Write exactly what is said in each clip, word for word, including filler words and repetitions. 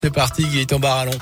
C'est parti, Gaëtan Barallon.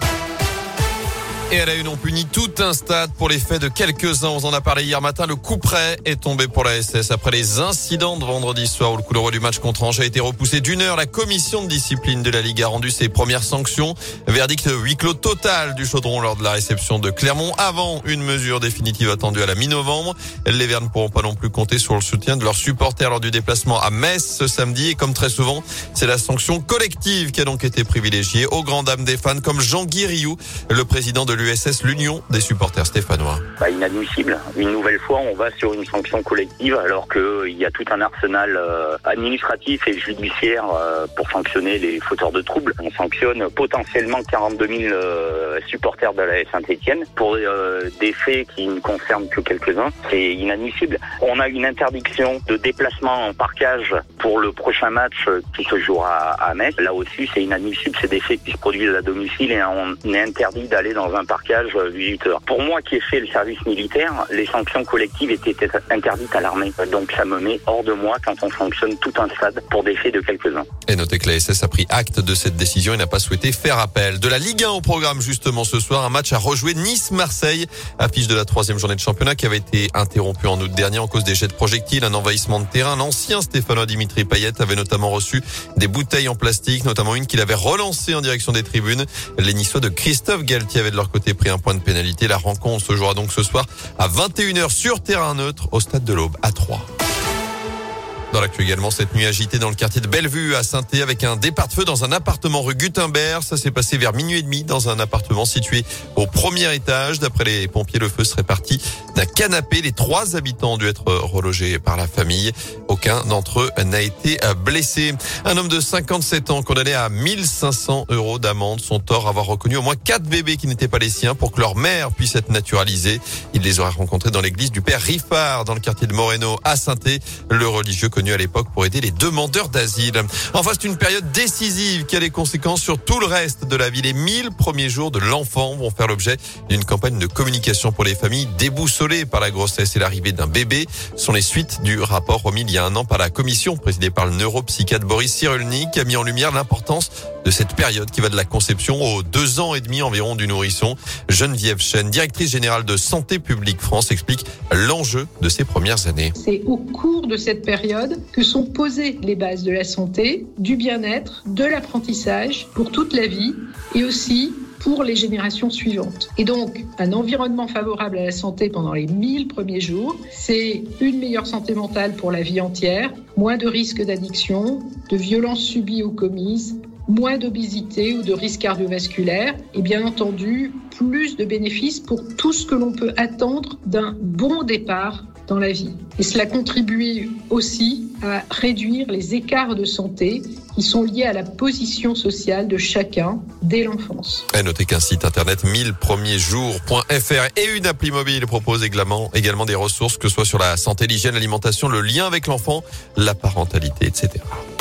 Et elle a eu non puni tout un stade pour les faits de quelques-uns. On en a parlé hier matin. Le coup près est tombé pour la S S après les incidents de vendredi soir où le coup d'envoi du match contre Angers a été repoussé d'une heure. La commission de discipline de la Ligue a rendu ses premières sanctions. Verdict huis clos total du Chaudron lors de la réception de Clermont avant une mesure définitive attendue à la mi-novembre. Les Verts ne pourront pas non plus compter sur le soutien de leurs supporters lors du déplacement à Metz ce samedi. Et comme très souvent, c'est la sanction collective qui a donc été privilégiée aux grandes dames des fans comme Jean-Guy Rioux, le président de l'U S S, l'Union des supporters stéphanois. Bah, inadmissible. Une nouvelle fois, on va sur une sanction collective alors qu'il y a tout un arsenal euh, administratif et judiciaire euh, pour sanctionner les fauteurs de troubles. On sanctionne potentiellement quarante-deux mille euh, supporters de la Saint-Etienne pour euh, des faits qui ne concernent que quelques-uns. C'est inadmissible. On a une interdiction de déplacement en parkage pour le prochain match qui se jouera à Metz. Là aussi, c'est inadmissible. C'est des faits qui se produisent à domicile et on est interdit d'aller dans un parkage visiteur. Pour moi qui ai fait le service militaire, les sanctions collectives étaient interdites à l'armée. Donc ça me met hors de moi quand on sanctionne tout un stade pour des faits de quelques-uns. Et notez que la S S a pris acte de cette décision et n'a pas souhaité faire appel. De la Ligue un au programme justement ce soir, un match à rejouer Nice-Marseille, affiche de la troisième journée de championnat qui avait été interrompue en août dernier en cause des jets de projectiles, un envahissement de terrain. L'ancien Stéphanois Dimitri Payet avait notamment reçu des bouteilles en plastique, notamment une qu'il avait relancée en direction des tribunes. Les Niçois de Christophe Galtier avaient de leur côté pris un point de pénalité. La rencontre se jouera donc ce soir à vingt et une heures sur terrain neutre au stade de l'Aube à Troyes. Dans l'actu également, cette nuit agitée dans le quartier de Bellevue à Saint-Thé avec un départ de feu dans un appartement rue Gutenberg. Ça s'est passé vers minuit et demi dans un appartement situé au premier étage. D'après les pompiers, le feu serait parti d'un canapé. Les trois habitants ont dû être relogés par la famille. Aucun d'entre eux n'a été blessé. Un homme de cinquante-sept ans condamné à mille cinq cents euros d'amende. Son tort, avoir reconnu au moins quatre bébés qui n'étaient pas les siens pour que leur mère puisse être naturalisée. Il les aurait rencontrés dans l'église du Père Riffard dans le quartier de Moreno à Saint-Thé. Le religieux connu à l'époque pour aider les demandeurs d'asile. Enfin, c'est une période décisive qui a des conséquences sur tout le reste de la vie. Les mille premiers jours de l'enfant vont faire l'objet d'une campagne de communication pour les familles déboussolées par la grossesse et l'arrivée d'un bébé. Ce sont les suites du rapport remis il y a un an par la commission présidée par le neuropsychiatre Boris Cyrulnik qui a mis en lumière l'importance de cette période qui va de la conception aux deux ans et demi environ du nourrisson. Geneviève Chen, directrice générale de Santé publique France, explique l'enjeu de ces premières années. C'est au cours de cette période que sont posées les bases de la santé, du bien-être, de l'apprentissage pour toute la vie et aussi pour les générations suivantes. Et donc, un environnement favorable à la santé pendant les mille premiers jours, c'est une meilleure santé mentale pour la vie entière, moins de risques d'addiction, de violences subies ou commises, moins d'obésité ou de risques cardiovasculaires et bien entendu, plus de bénéfices pour tout ce que l'on peut attendre d'un bon départ dans la vie. Et cela contribue aussi à réduire les écarts de santé qui sont liés à la position sociale de chacun dès l'enfance. Et notez qu'un site internet mille premiers jours point f r et une appli mobile proposent également, également des ressources, que ce soit sur la santé, l'hygiène, l'alimentation, le lien avec l'enfant, la parentalité, et cetera.